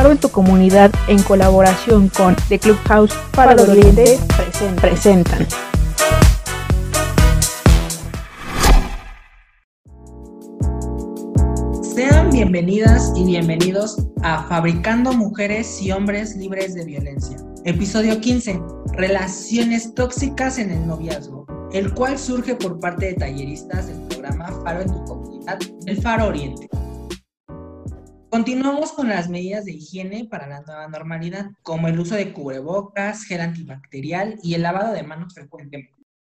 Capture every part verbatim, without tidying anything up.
Faro en tu comunidad, en colaboración con The Clubhouse Faro de Oriente, present, presentan. Sean bienvenidas y bienvenidos a Fabricando Mujeres y Hombres Libres de Violencia. Episodio quince. Relaciones tóxicas en el noviazgo, el cual surge por parte de talleristas del programa Faro en tu comunidad, el Faro Oriente. Continuamos con las medidas de higiene para la nueva normalidad, como el uso de cubrebocas, gel antibacterial y el lavado de manos frecuentemente.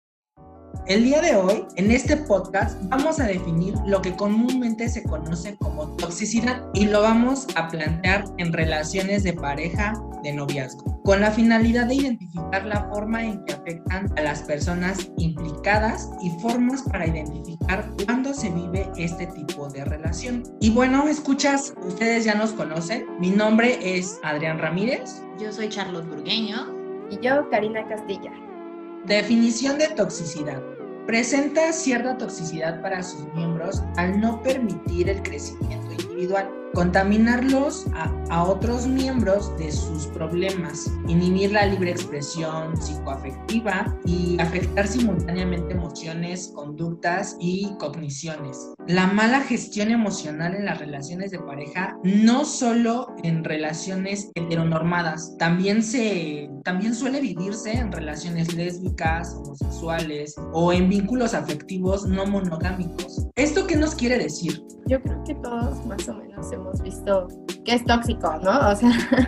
El día de hoy, en este podcast, vamos a definir lo que comúnmente se conoce como toxicidad y lo vamos a plantear en relaciones de pareja de noviazgo, con la finalidad de identificar la forma en que afectan a las personas implicadas y formas para identificar cuándo se vive este tipo de relación. Y bueno, escuchas, ustedes ya nos conocen. Mi nombre es Adrián Ramírez. Yo soy Charlotte Burgueño. Y yo, Karina Castilla. Definición de toxicidad. Presenta cierta toxicidad para sus miembros al no permitir el crecimiento individual, contaminarlos a, a otros miembros de sus problemas, inhibir la libre expresión psicoafectiva y afectar simultáneamente emociones, conductas y cogniciones. La mala gestión emocional en las relaciones de pareja, no solo en relaciones heteronormadas, también, se, también suele vivirse en relaciones lésbicas, homosexuales o en vínculos afectivos no monogámicos. ¿Esto qué nos quiere decir? Yo creo que todos más o menos hemos visto que es tóxico, ¿no? O sea,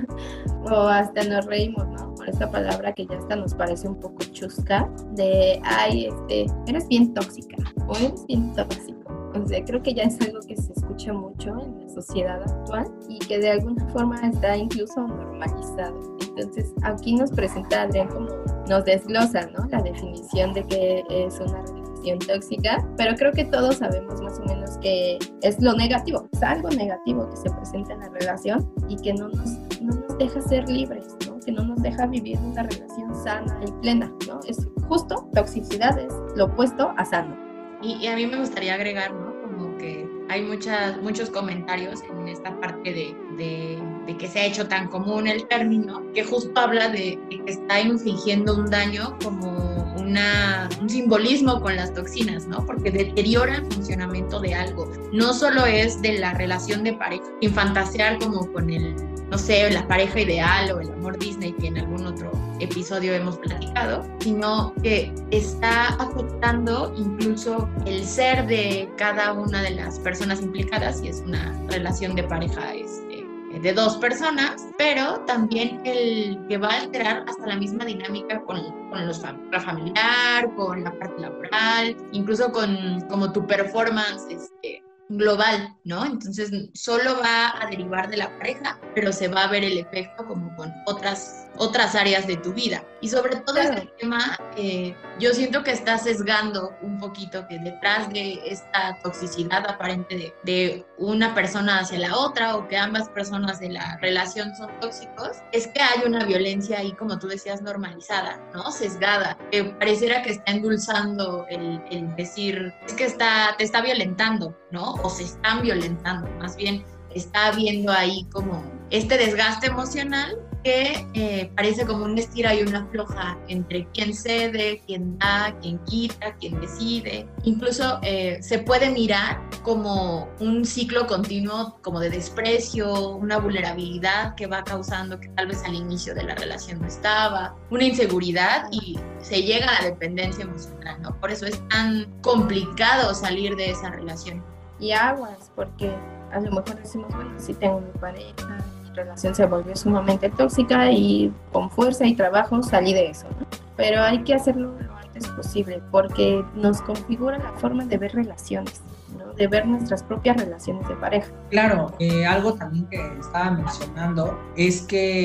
o hasta nos reímos, ¿no? Por esta palabra que ya hasta nos parece un poco chusca, de, ay, este, eres bien tóxica, o eres bien tóxico. O sea, creo que ya es algo que se escucha mucho en la sociedad actual y que de alguna forma está incluso normalizado. Entonces, aquí nos presenta Adrián como nos desglosa, ¿no? La definición de qué es una relación tóxica, pero creo que todos sabemos más o menos que es lo negativo, es algo negativo que se presenta en la relación y que no nos, no nos deja ser libres, ¿no? Que no nos deja vivir una relación sana y plena, ¿no? Es justo, toxicidad es lo opuesto a sano. Y, y a mí me gustaría agregar, ¿no? Como que hay muchas, muchos comentarios en esta parte de, de, de que se ha hecho tan común el término, que justo habla de, de que está infligiendo un daño como una, un simbolismo con las toxinas, ¿no? Porque deteriora el funcionamiento de algo. No solo es de la relación de pareja, sin fantasear como con el, no sé, la pareja ideal o el amor Disney que en algún otro episodio hemos platicado, sino que está afectando incluso el ser de cada una de las personas implicadas, y es una relación de pareja este, de dos personas, pero también el que va a alterar hasta la misma dinámica con, con los fam- la familiar, con la parte laboral, incluso con como tu performance este, global, ¿no? Entonces solo va a derivar de la pareja, pero se va a ver el efecto como con otras otras áreas de tu vida. Y sobre todo claro. Este tema, eh, yo siento que está sesgando un poquito que detrás de esta toxicidad aparente de, de una persona hacia la otra, o que ambas personas de la relación son tóxicos, es que hay una violencia ahí, como tú decías, normalizada, ¿no? Sesgada, que pareciera que está endulzando el, el decir, es que está, te está violentando, ¿no? O se están violentando, más bien está habiendo ahí como este desgaste emocional que eh, parece como un estira y una afloja entre quien cede, quien da, quien quita, quien decide. Incluso eh, se puede mirar como un ciclo continuo como de desprecio, una vulnerabilidad que va causando que tal vez al inicio de la relación no estaba, una inseguridad y se llega a la dependencia emocional, ¿no? Por eso es tan complicado salir de esa relación. Y aguas, porque a lo mejor decimos, bueno, sí tengo mi pareja, relación se volvió sumamente tóxica y con fuerza y trabajo salí de eso, ¿no? Pero hay que hacerlo lo antes posible porque nos configura la forma de ver relaciones, ¿no? De ver nuestras propias relaciones de pareja. Claro, eh, algo también que estaba mencionando es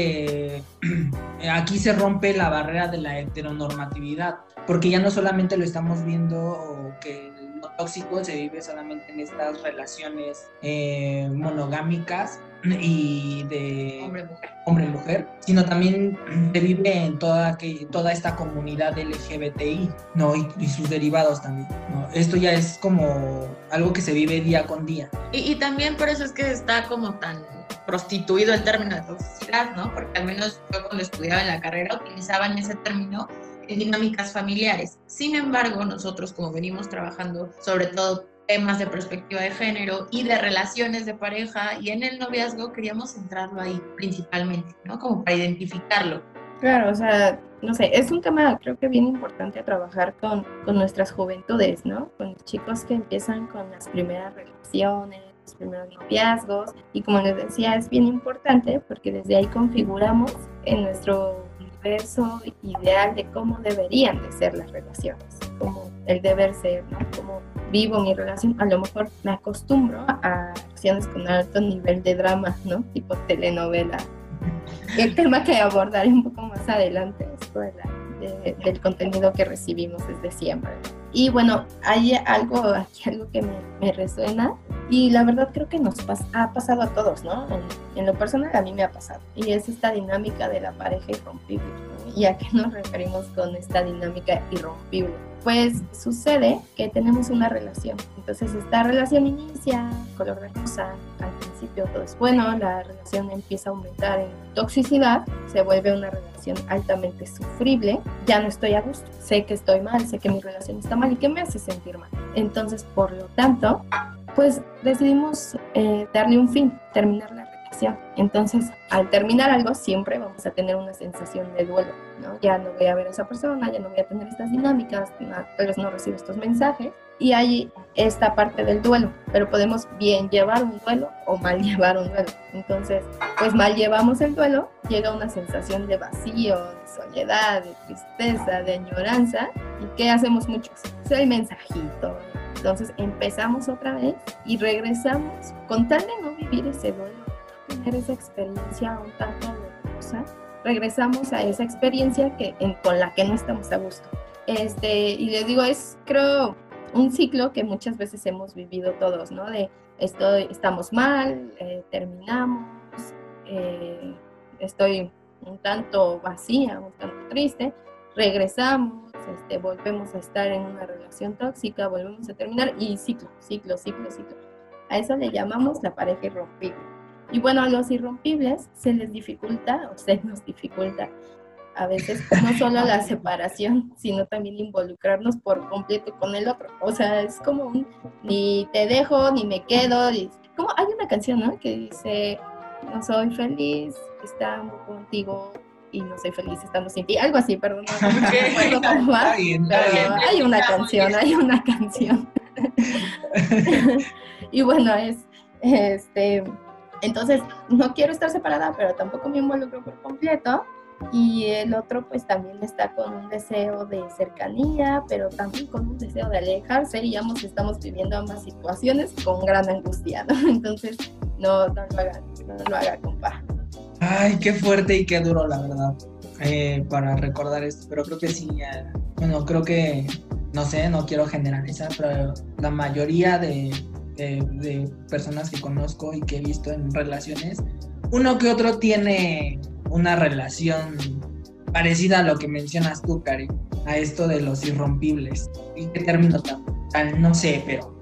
que aquí se rompe la barrera de la heteronormatividad, porque ya no solamente lo estamos viendo que lo tóxico se vive solamente en estas relaciones eh, monogámicas y de hombre-mujer, hombre-mujer, sino también se vive en toda, que, toda esta comunidad L G B T I, ¿no? y, y sus derivados también, ¿no? Esto ya es como algo que se vive día con día. Y, y también por eso es que está como tan prostituido el término de toxicidad, ¿no? Porque al menos yo cuando estudiaba en la carrera utilizaban ese término en dinámicas familiares. Sin embargo, nosotros como venimos trabajando sobre todo temas de perspectiva de género y de relaciones de pareja y en el noviazgo, queríamos centrarlo ahí principalmente, ¿no? Como para identificarlo. Claro, o sea, no sé, es un tema creo que bien importante a trabajar con, con nuestras juventudes, ¿no? Con los chicos que empiezan con las primeras relaciones, los primeros noviazgos, y como les decía, es bien importante porque desde ahí configuramos en nuestro universo ideal de cómo deberían de ser las relaciones, como el deber ser, ¿no? Cómo vivo mi relación. A lo mejor me acostumbro a relaciones con alto nivel de drama, ¿no? Tipo telenovela. El tema que abordaré un poco más adelante es de la, de, del contenido que recibimos desde siempre. Y bueno, hay algo aquí, algo que me, me resuena y la verdad creo que nos pas, ha pasado a todos, ¿no? En, en lo personal a mí me ha pasado y es esta dinámica de la pareja irrompible, ¿no? ¿Y a qué nos referimos con esta dinámica irrompible? Pues sucede que tenemos una relación, entonces esta relación inicia color de rosa, al principio todo es bueno, la relación empieza a aumentar en toxicidad, se vuelve una relación altamente sufrible, ya no estoy a gusto, sé que estoy mal, sé que mi relación está mal y que me hace sentir mal, entonces por lo tanto, pues decidimos eh, darle un fin, terminar la relación. Entonces, al terminar algo, siempre vamos a tener una sensación de duelo, ¿no? Ya no voy a ver a esa persona, ya no voy a tener estas dinámicas, tal vez no recibo estos mensajes, y hay esta parte del duelo, pero podemos bien llevar un duelo o mal llevar un duelo. Entonces, pues mal llevamos el duelo, llega una sensación de vacío, de soledad, de tristeza, de añoranza, ¿y qué hacemos muchos? Es el mensajito. Entonces, empezamos otra vez y regresamos con tal de no vivir ese duelo, tener esa experiencia un tanto dolorosa, regresamos a esa experiencia que, en, con la que no estamos a gusto. Este, y les digo, es creo un ciclo que muchas veces hemos vivido todos, ¿no? De estoy, estamos mal, eh, terminamos, eh, estoy un tanto vacía, un tanto triste, regresamos, este, volvemos a estar en una relación tóxica, volvemos a terminar y ciclo, ciclo, ciclo, ciclo. A eso le llamamos la pareja irrompible. Y bueno, a los irrompibles se les dificulta, o se nos dificulta a veces no solo la separación, sino también involucrarnos por completo con el otro. O sea, es como un ni te dejo, ni me quedo. Ni, como hay una canción, ¿no? Que dice, no soy feliz estando contigo y no soy feliz estando sin ti. Algo así, perdón. No, no recuerdo cómo va, pero hay una canción, hay una canción. Y bueno, es este... Entonces, no quiero estar separada, pero tampoco me involucro por completo. Y el otro, pues, también está con un deseo de cercanía, pero también con un deseo de alejarse. Y ambos estamos viviendo ambas situaciones con gran angustia, ¿no? Entonces, no, no lo haga, no lo haga, compa. Ay, qué fuerte y qué duro, la verdad, eh, para recordar esto. Pero creo que sí, eh, bueno, creo que, no sé, no quiero generalizar, pero la mayoría de... De, de personas que conozco y que he visto en relaciones, uno que otro tiene una relación parecida a lo que mencionas tú, Cari, a esto de los irrompibles. ¿Y qué término tan, tan no sé, pero...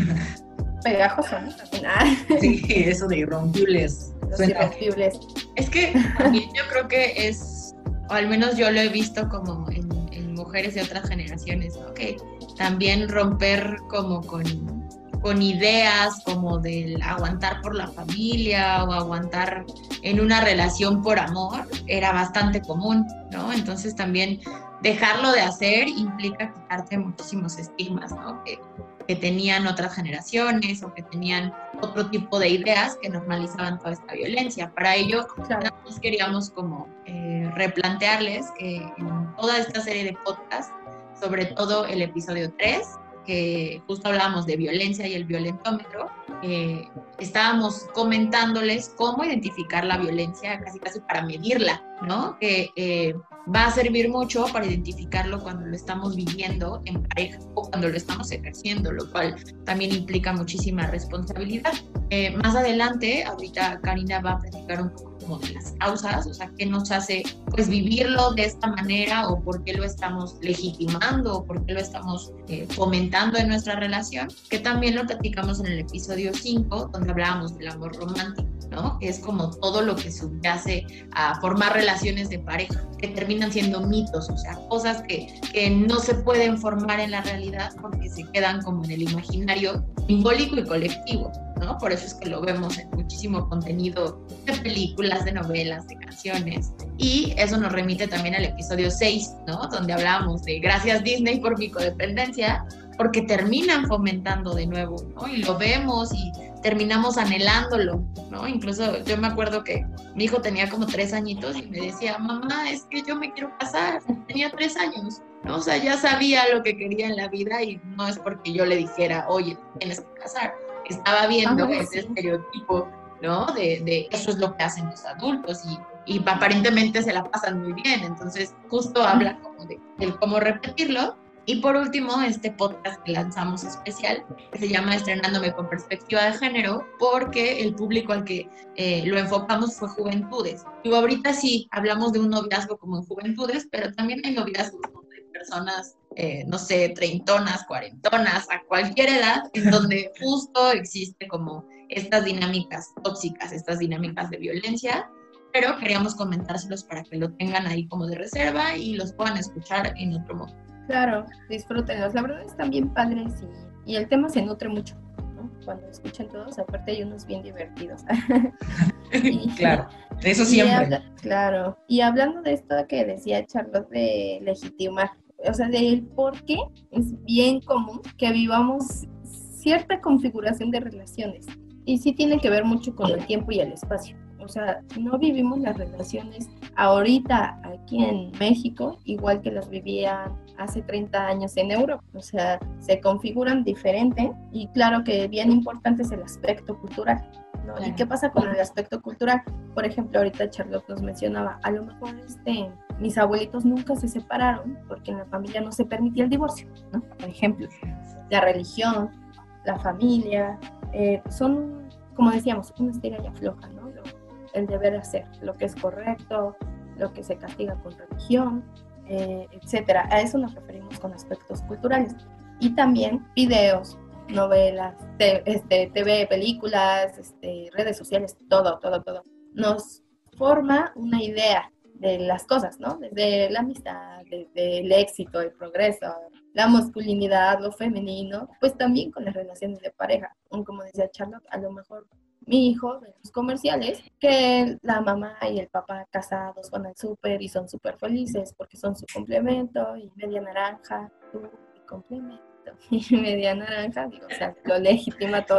Pegajoso, ¿no? Sí, eso de irrompibles. Los irrompibles. Es que también yo creo que es, o al menos yo lo he visto como en, en mujeres de otras generaciones, ¿no? Que también romper como con... con ideas como del aguantar por la familia o aguantar en una relación por amor, era bastante común, ¿no? Entonces también dejarlo de hacer implica quitarte muchísimos estigmas, ¿no? Que, que tenían otras generaciones o que tenían otro tipo de ideas que normalizaban toda esta violencia. Para ello, claro, nosotros queríamos como eh, replantearles que en toda esta serie de podcasts, sobre todo el episodio tres, que justo hablábamos de violencia y el violentómetro, eh, estábamos comentándoles cómo identificar la violencia, casi casi para medirla, ¿no? Que eh, va a servir mucho para identificarlo cuando lo estamos viviendo en pareja o cuando lo estamos ejerciendo, lo cual también implica muchísima responsabilidad. Eh, más adelante, ahorita Karina va a platicar un poco como de las causas, o sea, qué nos hace pues vivirlo de esta manera o por qué lo estamos legitimando o por qué lo estamos eh, fomentando en nuestra relación, que también lo platicamos en el episodio cinco, donde hablábamos del amor romántico. ¿no? Que es como todo lo que subyace a formar relaciones de pareja, que terminan siendo mitos, o sea, cosas que, que no se pueden formar en la realidad porque se quedan como en el imaginario simbólico y colectivo, ¿no? Por eso es que lo vemos en muchísimo contenido de películas, de novelas, de canciones, y eso nos remite también al episodio seis, ¿no? Donde hablábamos de gracias Disney por mi codependencia, porque terminan fomentando de nuevo, ¿no? Y lo vemos y terminamos anhelándolo, ¿no? Incluso yo me acuerdo que mi hijo tenía como tres añitos y me decía, mamá, es que yo me quiero casar, tenía tres años, ¿no? O sea, ya sabía lo que quería en la vida y no es porque yo le dijera, oye, tienes que casar, estaba viendo ah, ese sí. estereotipo, ¿no? De, de eso es lo que hacen los adultos y, y aparentemente se la pasan muy bien, entonces justo habla como de, de cómo repetirlo. Y por último, este podcast que lanzamos especial, que se llama Estrenándome con Perspectiva de Género, porque el público al que eh, lo enfocamos fue juventudes. Digo, ahorita sí hablamos de un noviazgo como en juventudes, pero también hay noviazgos de personas, eh, no sé, treintonas, cuarentonas, a cualquier edad, en donde justo existe como estas dinámicas tóxicas, estas dinámicas de violencia, pero queríamos comentárselos para que lo tengan ahí como de reserva y los puedan escuchar en otro momento. Claro, disfrútenlos. La verdad están bien padres y, y el tema se nutre mucho, ¿no? Cuando escuchan todos, aparte hay unos bien divertidos. y, claro, eso siempre. Habla, claro. Y hablando de esto que decía Charlotte de legitimar, o sea, del por qué es bien común que vivamos cierta configuración de relaciones. Y sí tiene que ver mucho con el tiempo y el espacio. O sea, no vivimos las relaciones ahorita aquí en México igual que las vivían hace treinta años en Europa. O sea, se configuran diferente y claro que bien importante es el aspecto cultural, ¿no? ¿Y qué pasa con el aspecto cultural? Por ejemplo, ahorita Charlotte nos mencionaba, a lo mejor este, mis abuelitos nunca se separaron porque en la familia no se permitía el divorcio, ¿no? Por ejemplo, la religión, la familia, eh, son, como decíamos, una estira y afloja, ¿no? El deber hacer, lo que es correcto, lo que se castiga con religión, eh, etcétera. A eso nos referimos con aspectos culturales. Y también videos, novelas, te, este, T V, películas, este, redes sociales, todo, todo, todo. Nos forma una idea de las cosas, ¿no? Desde la amistad, desde el éxito, el progreso, la masculinidad, lo femenino, pues también con las relaciones de pareja. Como decía Charlotte, a lo mejor mi hijo ve los comerciales que la mamá y el papá casados van al súper y son súper felices porque son su complemento y media naranja, tú mi complemento y media naranja, digo, o sea, lo legitima todo,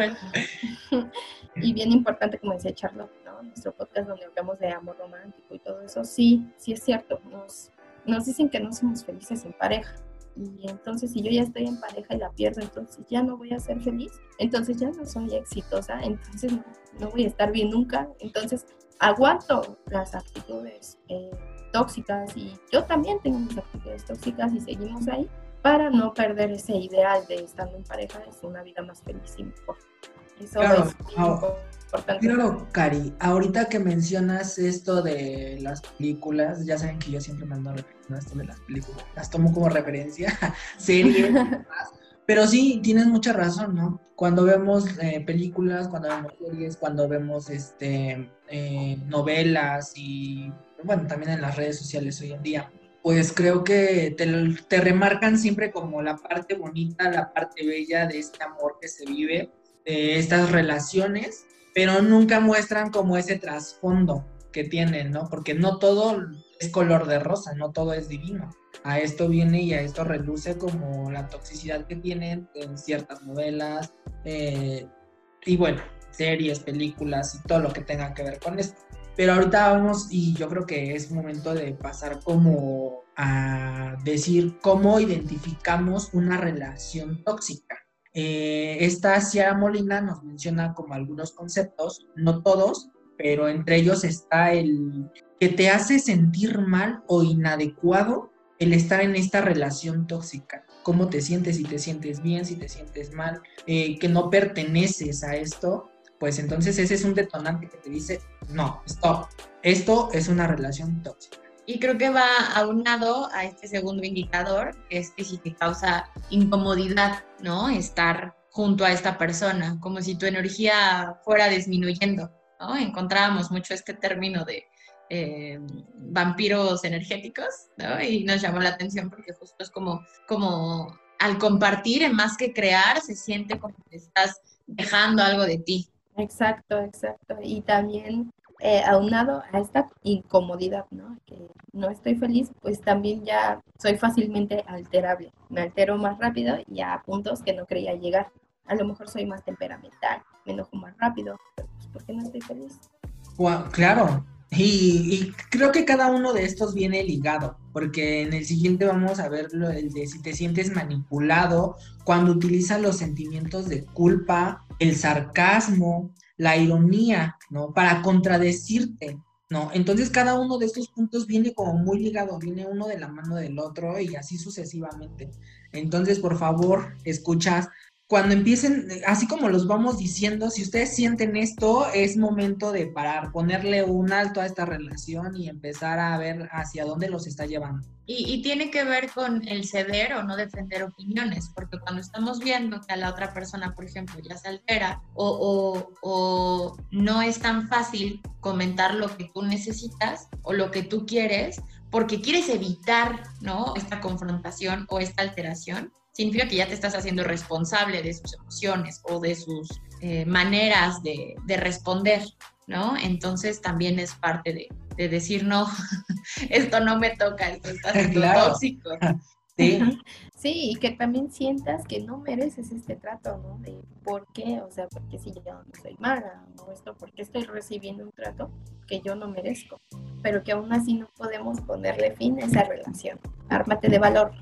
¿no? Y bien importante, como decía Charlotte, ¿no? Nuestro podcast donde hablamos de amor romántico y todo eso, sí, sí es cierto, nos, nos dicen que no somos felices en pareja. Y entonces si yo ya estoy en pareja y la pierdo, entonces ya no voy a ser feliz, entonces ya no soy exitosa, entonces no, no voy a estar bien nunca, entonces aguanto las actitudes eh, tóxicas y yo también tengo mis actitudes tóxicas y seguimos ahí para no perder ese ideal de estando en pareja, es una vida más feliz y mejor. Eso claro, es no, importante. Claro, Cari, ahorita que mencionas esto de las películas, ya saben que yo siempre me ando refiriendo a esto de las películas, las tomo como referencia, series y demás, pero sí, tienes mucha razón, ¿no? Cuando vemos eh, películas, cuando vemos series, cuando vemos este eh, novelas y, bueno, también en las redes sociales hoy en día, pues creo que te, te remarcan siempre como la parte bonita, la parte bella de este amor que se vive, de estas relaciones, pero nunca muestran como ese trasfondo que tienen, ¿no? Porque no todo es color de rosa, no todo es divino. A esto viene y a esto reluce como la toxicidad que tienen en ciertas novelas, eh, y bueno, series, películas y todo lo que tenga que ver con esto. Pero ahorita vamos, y yo creo que es momento de pasar como a decir cómo identificamos una relación tóxica. Eh, esta Ciara Molina nos menciona como algunos conceptos, no todos, pero entre ellos está el que te hace sentir mal o inadecuado el estar en esta relación tóxica. ¿Cómo te sientes? Si te sientes bien, si te sientes mal, eh, que no perteneces a esto, pues entonces ese es un detonante que te dice, no, stop, esto es una relación tóxica. Y creo que va aunado a este segundo indicador, que es que si te causa incomodidad, ¿no? Estar junto a esta persona, como si tu energía fuera disminuyendo. ¿no? Encontrábamos mucho este término de eh, vampiros energéticos, ¿no? Y nos llamó la atención porque justo es como, como al compartir, en más que crear, se siente como que estás dejando algo de ti. Exacto, exacto. Y también eh, aunado a esta incomodidad, ¿no? Que no estoy feliz, pues también ya soy fácilmente alterable. Me altero más rápido y a puntos que no creía llegar. A lo mejor soy más temperamental, me enojo más rápido, pero pues ¿por qué no estoy feliz? Wow, claro. Y, y creo que cada uno de estos viene ligado, porque en el siguiente vamos a ver lo, el de si te sientes manipulado, cuando utilizas los sentimientos de culpa, el sarcasmo, la ironía, ¿no? Para contradecirte, ¿no? Entonces cada uno de estos puntos viene como muy ligado, viene uno de la mano del otro y así sucesivamente. Entonces, por favor, escuchas. Cuando empiecen, así como los vamos diciendo, si ustedes sienten esto, es momento de parar, ponerle un alto a esta relación y empezar a ver hacia dónde los está llevando. Y, y tiene que ver con el ceder o no defender opiniones, porque cuando estamos viendo que a la otra persona, por ejemplo, ya se altera o, o, o no es tan fácil comentar lo que tú necesitas o lo que tú quieres, porque quieres evitar, ¿no?, esta confrontación o esta alteración, significa que ya te estás haciendo responsable de sus emociones o de sus eh, maneras de, de responder, ¿no? Entonces también es parte de, de decir, no, esto no me toca, esto está siendo Claro. tóxico. Sí. Sí, y que también sientas que no mereces este trato, ¿no? De por qué, o sea, porque si yo no soy mala, o esto, porque estoy recibiendo un trato que yo no merezco, pero que aún así no podemos ponerle fin a esa relación. Ármate de valor.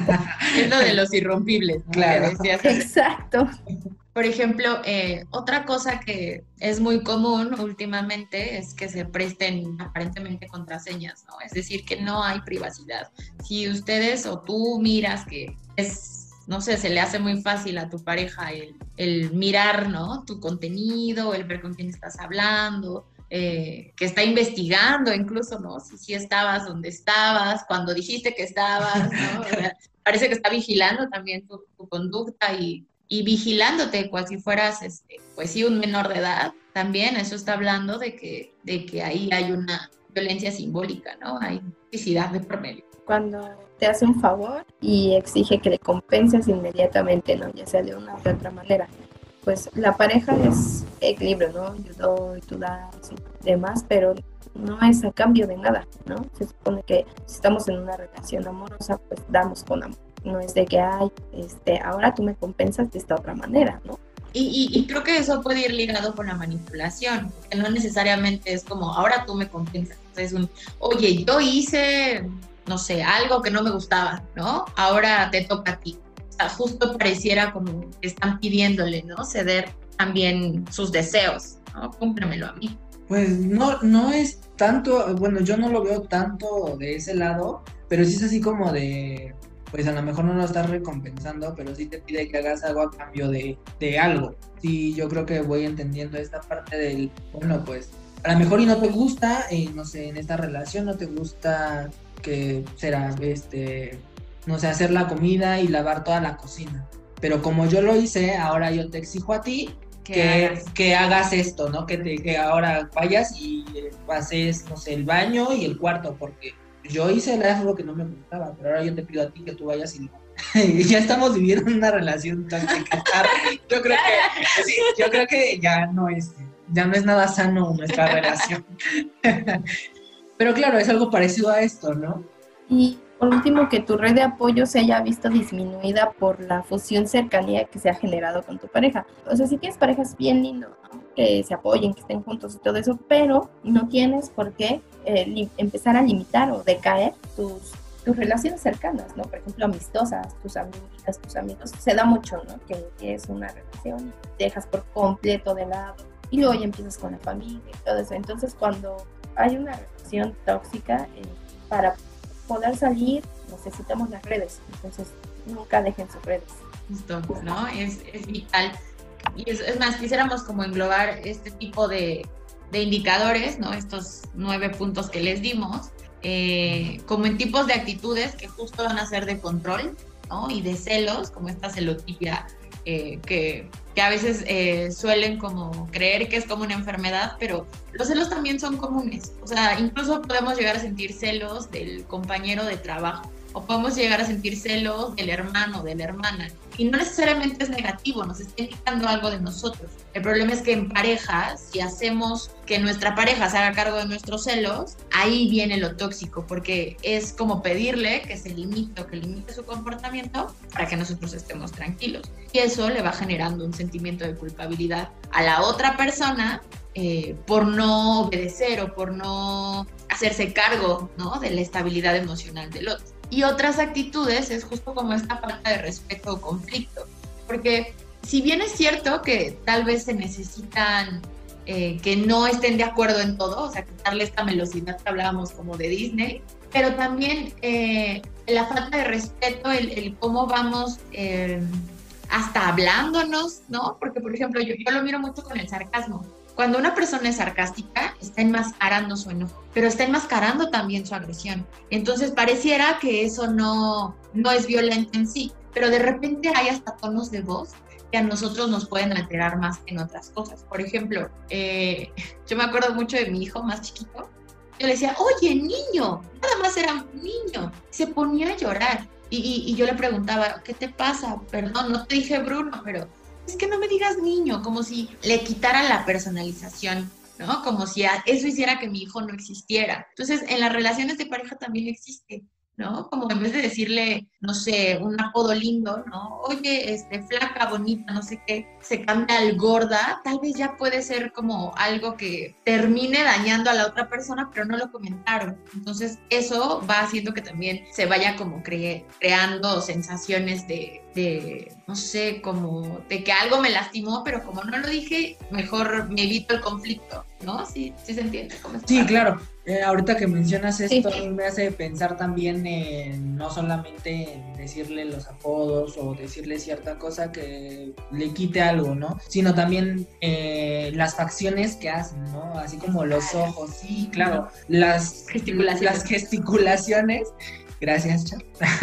Es lo de los irrompibles, ¿no? Claro. Que decías. Exacto. Por ejemplo, eh, otra cosa que es muy común últimamente es que se presten aparentemente contraseñas, ¿no? Es decir, que no hay privacidad. Si ustedes o tú miras que es, no sé, se le hace muy fácil a tu pareja el, el mirar, ¿no?, tu contenido, el ver con quién estás hablando, eh, que está investigando incluso, ¿no?, si sí estabas donde estabas, cuando dijiste que estabas, ¿no? O sea, parece que está vigilando también tu, tu conducta y y vigilándote, cual si fueras, este, pues sí, un menor de edad, también eso está hablando de que, de que ahí hay una violencia simbólica, ¿no? Hay toxicidad de por medio. Cuando te hace un favor y exige que le compenses inmediatamente, ¿no? Ya sea de una u de otra manera. Pues la pareja es equilibrio, ¿no? Yo doy, tú das y demás, pero no es a cambio de nada, ¿no? Se supone que si estamos en una relación amorosa, pues damos con amor. No es de que, ay, este, ahora tú me compensas de esta otra manera, ¿no? Y, y, y creo que eso puede ir ligado con la manipulación, que no necesariamente es como, ahora tú me compensas. Es un, oye, yo hice, no sé, algo que no me gustaba, ¿no? Ahora te toca a ti. O sea, justo pareciera como que están pidiéndole, ¿no?, ceder también sus deseos, ¿no? Cúmplemelo a mí. Pues no, no es tanto, bueno, yo no lo veo tanto de ese lado, pero sí es así como de, pues a lo mejor no lo estás recompensando, pero sí te pide que hagas algo a cambio de, de algo. Sí, yo creo que voy entendiendo esta parte del, bueno, pues a lo mejor y no te gusta, eh, no sé, en esta relación no te gusta que será, este, no sé, hacer la comida y lavar toda la cocina. Pero como yo lo hice, ahora yo te exijo a ti que, hagas. que hagas esto, ¿no? Que, te, que ahora vayas y haces, no sé, el baño y el cuarto, porque yo hice algo que no me gustaba, pero ahora yo te pido a ti que tú vayas y ya estamos viviendo una relación tóxica. Yo creo que sí, yo creo que ya no es ya no es nada sano nuestra relación. Pero claro, es algo parecido a esto, ¿no? Y por último, que tu red de apoyo se haya visto disminuida por la fusión cercanía que se ha generado con tu pareja. O sea, si tienes parejas, bien lindo, ¿no?, que se apoyen, que estén juntos y todo eso, pero no tienes por qué eh, li- empezar a limitar o decaer tus, tus relaciones cercanas, ¿no? Por ejemplo, amistosas, tus amigas, tus amigos. Se da mucho, ¿no?, que es una relación, dejas por completo de lado y luego ya empiezas con la familia y todo eso. Entonces, cuando hay una relación tóxica, eh, para poder salir necesitamos las redes, entonces nunca dejen sus redes. Justo, ¿no? Es, es vital. Y es, es más, quisiéramos como englobar este tipo de, de indicadores, ¿no?, estos nueve puntos que les dimos, eh, como en tipos de actitudes que justo van a ser de control, ¿no?, y de celos, como esta celotipia eh, que, que a veces eh, suelen como creer que es como una enfermedad, pero los celos también son comunes. O sea, incluso podemos llegar a sentir celos del compañero de trabajo, o podemos llegar a sentir celos del hermano, de la hermana. Y no necesariamente es negativo, nos está indicando algo de nosotros. El problema es que en pareja, si hacemos que nuestra pareja se haga cargo de nuestros celos, ahí viene lo tóxico, porque es como pedirle que se limite o que limite su comportamiento para que nosotros estemos tranquilos. Y eso le va generando un sentimiento de culpabilidad a la otra persona eh, por no obedecer o por no hacerse cargo, ¿no?, de la estabilidad emocional del otro. Y otras actitudes es justo como esta falta de respeto o conflicto, porque si bien es cierto que tal vez se necesitan eh, que no estén de acuerdo en todo, o sea, quitarle esta melosidad que hablábamos como de Disney, pero también eh, la falta de respeto, el, el cómo vamos eh, hasta hablándonos, ¿no? Porque, por ejemplo, yo, yo lo miro mucho con el sarcasmo. Cuando una persona es sarcástica, está enmascarando su enojo, pero está enmascarando también su agresión. Entonces pareciera que eso no, no es violento en sí, pero de repente hay hasta tonos de voz que a nosotros nos pueden alterar más que en otras cosas. Por ejemplo, eh, yo me acuerdo mucho de mi hijo más chiquito. Yo le decía, oye, niño, nada más era un niño. Se ponía a llorar y, y, y yo le preguntaba, ¿qué te pasa? Perdón, no te dije Bruno, pero es que no me digas niño, como si le quitaran la personalización, ¿no? Como si eso hiciera que mi hijo no existiera. Entonces, en las relaciones de pareja también existe, ¿no? Como en vez de decirle, no sé, un apodo lindo, ¿no? Oye, este, flaca, bonita, no sé qué, se cambia al gorda, tal vez ya puede ser como algo que termine dañando a la otra persona, pero no lo comentaron. Entonces, eso va haciendo que también se vaya como cre- creando sensaciones de, de, no sé, como de que algo me lastimó, pero como no lo dije, mejor me evito el conflicto, ¿no? Sí, sí se entiende cómo Sí, claro. Eh, ahorita que mencionas esto, Sí. me hace pensar también en no solamente en decirle los apodos o decirle cierta cosa que le quite algo, ¿no? Sino también eh, las facciones que hacen, ¿no? Así como los ojos, sí, claro. Las Gesticulaciones. Las gesticulaciones. Gracias, Cha.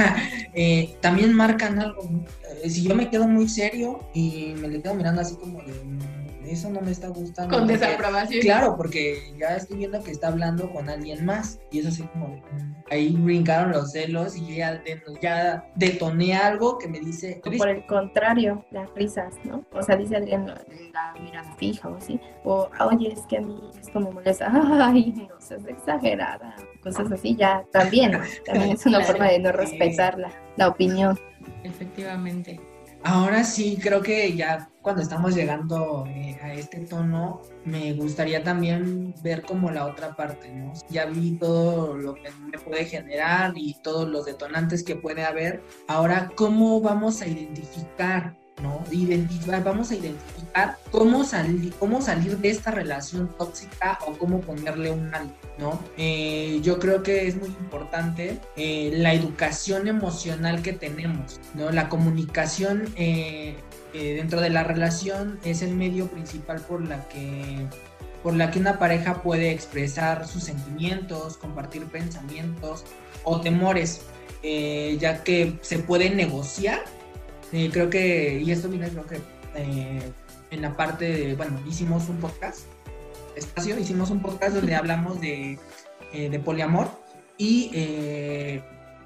eh, también marcan algo. Eh, si yo me quedo muy serio y me le quedo mirando así como de, eso no me está gustando. Con porque, desaprobación. claro, porque ya estoy viendo que está hablando con alguien más y eso así como de, ahí brincaron los celos y ya, ya detoné algo que me dice. O por el contrario, las risas, ¿no? O sea, dice alguien la mirada fija o así. O, oye, es que a mí esto me molesta. Ay, no seas exagerada. Cosas así, ya también. También es una Claro. forma de no respetar la, la opinión. Efectivamente. Ahora sí, creo que ya cuando estamos llegando eh, a este tono, me gustaría también ver como la otra parte, ¿no? Ya vi todo lo que me puede generar y todos los detonantes que puede haber. Ahora, ¿cómo vamos a identificar, ¿no? Identificar, vamos a identificar cómo salir, cómo salir de esta relación tóxica o cómo ponerle un alto, ¿no? Eh, yo creo que es muy importante eh, la educación emocional que tenemos, ¿no? La comunicación eh, eh, dentro de la relación es el medio principal por la que por la que una pareja puede expresar sus sentimientos, compartir pensamientos o temores, eh, ya que se puede negociar. Eh, creo que, y esto viene creo que eh, en la parte de, bueno, hicimos un podcast, espacio, hicimos un podcast donde hablamos de, eh, de poliamor y eh,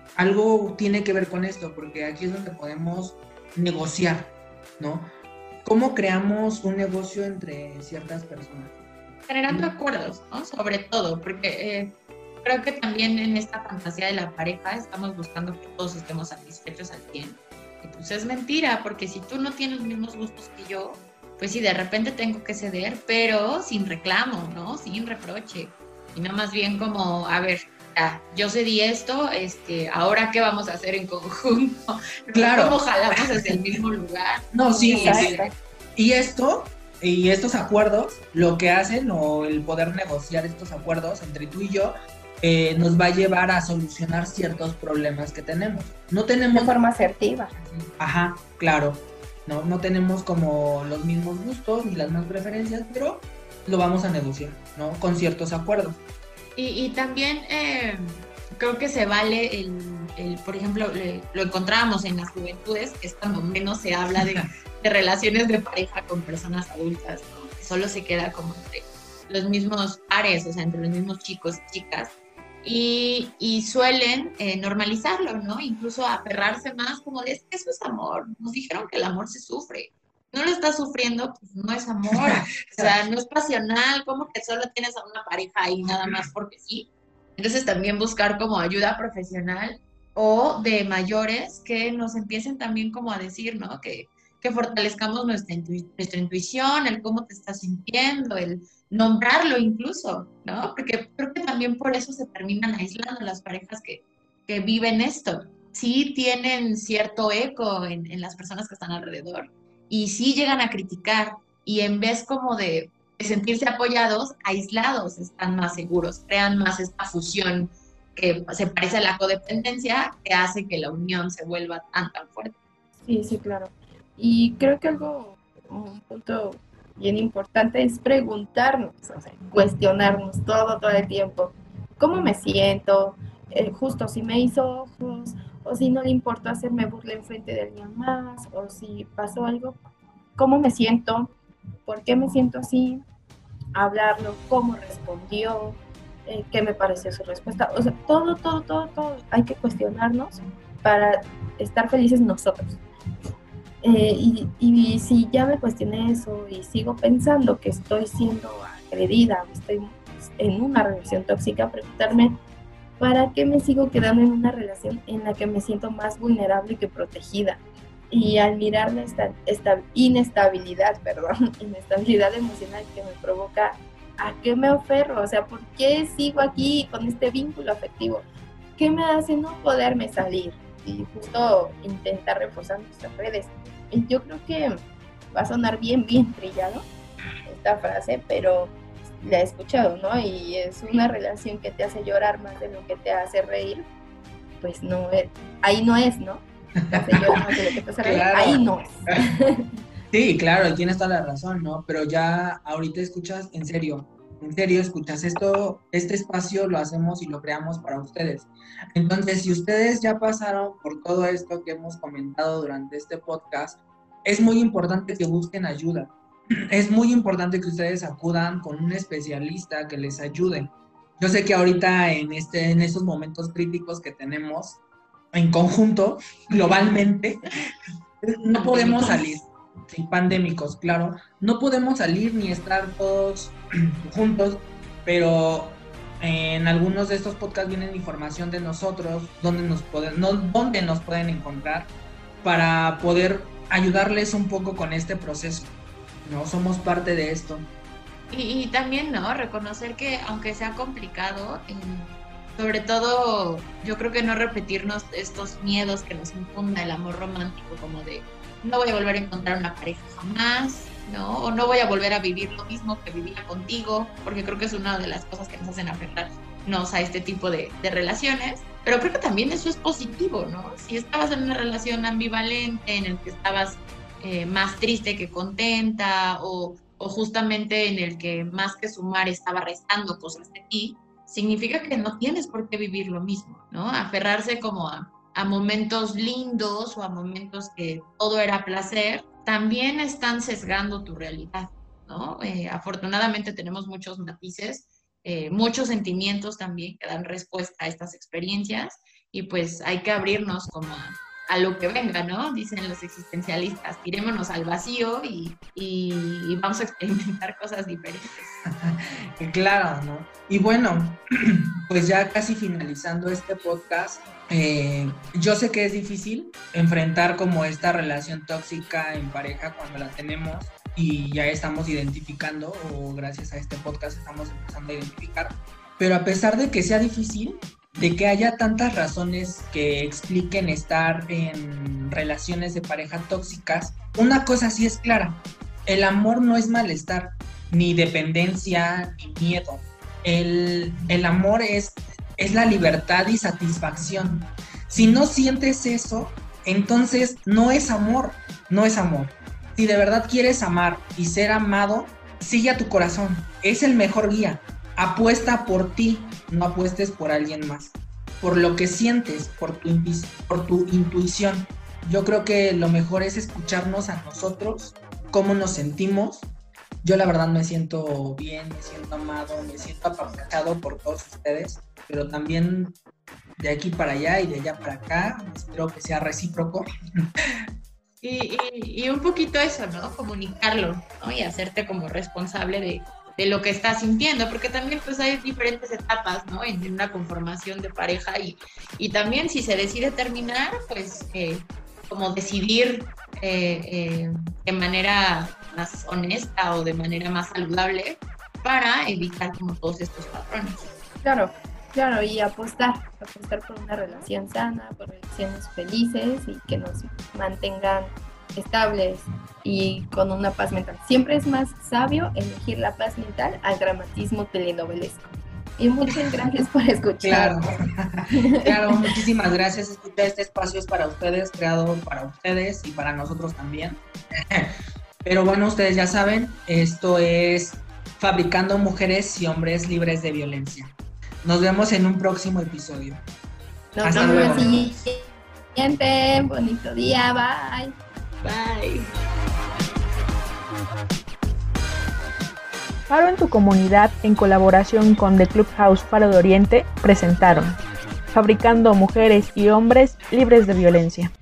algo tiene que ver con esto, porque aquí es donde podemos negociar, ¿no? ¿Cómo creamos un negocio entre ciertas personas? Generando acuerdos, ¿no? Sobre todo, porque eh, creo que también en esta fantasía de la pareja estamos buscando que todos estemos satisfechos al cien. Y pues es mentira, porque si tú no tienes los mismos gustos que yo, pues sí, de repente tengo que ceder, pero sin reclamo, ¿no? Sin reproche. Y no más bien como, a ver, ya, yo cedí esto, este, ahora qué vamos a hacer en conjunto. Claro. ¿Cómo jalamos hacia el mismo lugar? No, sí, sí, sí. Exacto. Y esto, y estos acuerdos, lo que hacen, o el poder negociar estos acuerdos entre tú y yo, eh, nos va a llevar a solucionar ciertos problemas que tenemos. No De tenemos... forma asertiva. Ajá, claro. No, no tenemos como los mismos gustos ni las mismas preferencias, pero lo vamos a negociar, ¿no? Con ciertos acuerdos. Y, y también eh, creo que se vale el, el por ejemplo, le, lo encontrábamos en las juventudes, que es cuando menos se habla de, de relaciones de pareja con personas adultas, ¿no? Que solo se queda como entre los mismos pares, o sea, entre los mismos chicos y chicas, y, y suelen eh, normalizarlo, ¿no? Incluso aferrarse más como de, es que eso es amor, nos dijeron que el amor se sufre, no lo estás sufriendo, pues no es amor, o sea, no es pasional, como que solo tienes a una pareja ahí nada más porque sí. Entonces también buscar como ayuda profesional o de mayores que nos empiecen también como a decir, ¿no? Que, que fortalezcamos nuestra, intu- nuestra intuición, el cómo te estás sintiendo, el nombrarlo incluso, ¿no? Porque creo que también por eso se terminan aislando las parejas que, que viven esto. Sí tienen cierto eco en, en las personas que están alrededor y sí llegan a criticar y en vez como de, de sentirse apoyados, aislados están más seguros, crean más esta fusión que se parece a la codependencia que hace que la unión se vuelva tan tan fuerte. Sí, sí, claro. Y creo que algo, un punto bien importante es preguntarnos, o sea, cuestionarnos todo, todo el tiempo. ¿Cómo me siento? Eh, justo si me hizo ojos, o si no le importó hacerme burla enfrente de alguien más, o si pasó algo. ¿Cómo me siento? ¿Por qué me siento así? Hablarlo, cómo respondió, eh, qué me pareció su respuesta. O sea, todo, todo, todo, todo. Hay que cuestionarnos para estar felices nosotros. Eh, y, y si ya me cuestioné eso y sigo pensando que estoy siendo agredida o estoy en una relación tóxica, preguntarme ¿para qué me sigo quedando en una relación en la que me siento más vulnerable que protegida? Y al mirar esta, esta inestabilidad, perdón, inestabilidad emocional que me provoca, ¿a qué me aferro? O sea, ¿por qué sigo aquí con este vínculo afectivo? ¿Qué me hace no poderme salir? Y justo intentar reforzar nuestras redes. Y yo creo que va a sonar bien, bien trillado esta frase, pero la he escuchado, ¿no? Y es una relación que te hace llorar más de lo que te hace reír, pues no es, ahí no es, ¿no? Te hace llorar más de lo que te hace reír, Claro. ahí no es. Sí, claro, tienes toda la razón, ¿no? Pero ya ahorita escuchas, en serio, en serio, escuchas esto, este espacio lo hacemos y lo creamos para ustedes. Entonces, si ustedes ya pasaron por todo esto que hemos comentado durante este podcast, es muy importante que busquen ayuda. Es muy importante que ustedes acudan con un especialista que les ayude. Yo sé que ahorita en, este, en estos momentos críticos que tenemos en conjunto, globalmente, no podemos salir. Sí, pandémicos, claro. No podemos salir ni estar todos juntos, pero en algunos de estos podcasts vienen información de nosotros, donde nos pueden, no, dónde nos pueden encontrar para poder ayudarles un poco con este proceso, ¿no? Somos parte de esto. Y, y también, ¿no? Reconocer que aunque sea complicado, eh, sobre todo yo creo que no repetirnos estos miedos que nos infunda el amor romántico, como de no voy a volver a encontrar una pareja jamás, ¿no? O no voy a volver a vivir lo mismo que vivía contigo, porque creo que es una de las cosas que nos hacen aferrarnos a este tipo de, de relaciones. Pero creo que también eso es positivo, ¿no? Si estabas en una relación ambivalente en el que estabas eh, más triste que contenta, o, o justamente en el que más que sumar estaba restando cosas de ti, significa que no tienes por qué vivir lo mismo, ¿no? Aferrarse como a a momentos lindos o a momentos que todo era placer, también están sesgando tu realidad, ¿no? Eh, afortunadamente tenemos muchos matices, eh, muchos sentimientos también que dan respuesta a estas experiencias y pues hay que abrirnos como a, a lo que venga, ¿no? Dicen los existencialistas, tirémonos al vacío y, y, y vamos a experimentar cosas diferentes. Claro, ¿no? Y bueno, pues ya casi finalizando este podcast, eh, yo sé que es difícil enfrentar como esta relación tóxica en pareja cuando la tenemos y ya estamos identificando, o gracias a este podcast estamos empezando a identificar, pero a pesar de que sea difícil, de que haya tantas razones que expliquen estar en relaciones de pareja tóxicas, una cosa sí es clara: el amor no es malestar, ni dependencia, ni miedo. El, el amor es, es la libertad y satisfacción. Si no sientes eso, entonces no es amor, no es amor. Si de verdad quieres amar y ser amado, sigue a tu corazón, es el mejor guía. Apuesta por ti, no apuestes por alguien más. Por lo que sientes, por tu, por tu intuición. yo creo que lo mejor es escucharnos a nosotros, cómo nos sentimos. Yo la verdad me siento bien, me siento amado, me siento apapachado por todos ustedes, pero también de aquí para allá y de allá para acá, espero que sea recíproco. Y, y, y un poquito eso, ¿no? Comunicarlo, ¿no? Y hacerte como responsable de, de lo que estás sintiendo, porque también pues hay diferentes etapas, ¿no? En, en una conformación de pareja y, y también si se decide terminar, pues eh, como decidir eh, eh, de manera más honesta o de manera más saludable para evitar como todos estos patrones. Claro, claro, y apostar, apostar por una relación sana, por relaciones felices y que nos mantengan estables y con una paz mental. Siempre es más sabio elegir la paz mental al dramatismo telenovelesco. Y muchas gracias por escuchar. Claro, claro, muchísimas gracias. Escucha, este espacio es para ustedes, creado para ustedes y para nosotros también. Pero bueno, ustedes ya saben, esto es Fabricando Mujeres y Hombres Libres de Violencia. Nos vemos en un próximo episodio. Nos Hasta vemos luego. el siguiente. Bonito día. Bye. Bye. Faro en tu comunidad, en colaboración con The Clubhouse Faro de Oriente, presentaron Fabricando Mujeres y Hombres Libres de Violencia.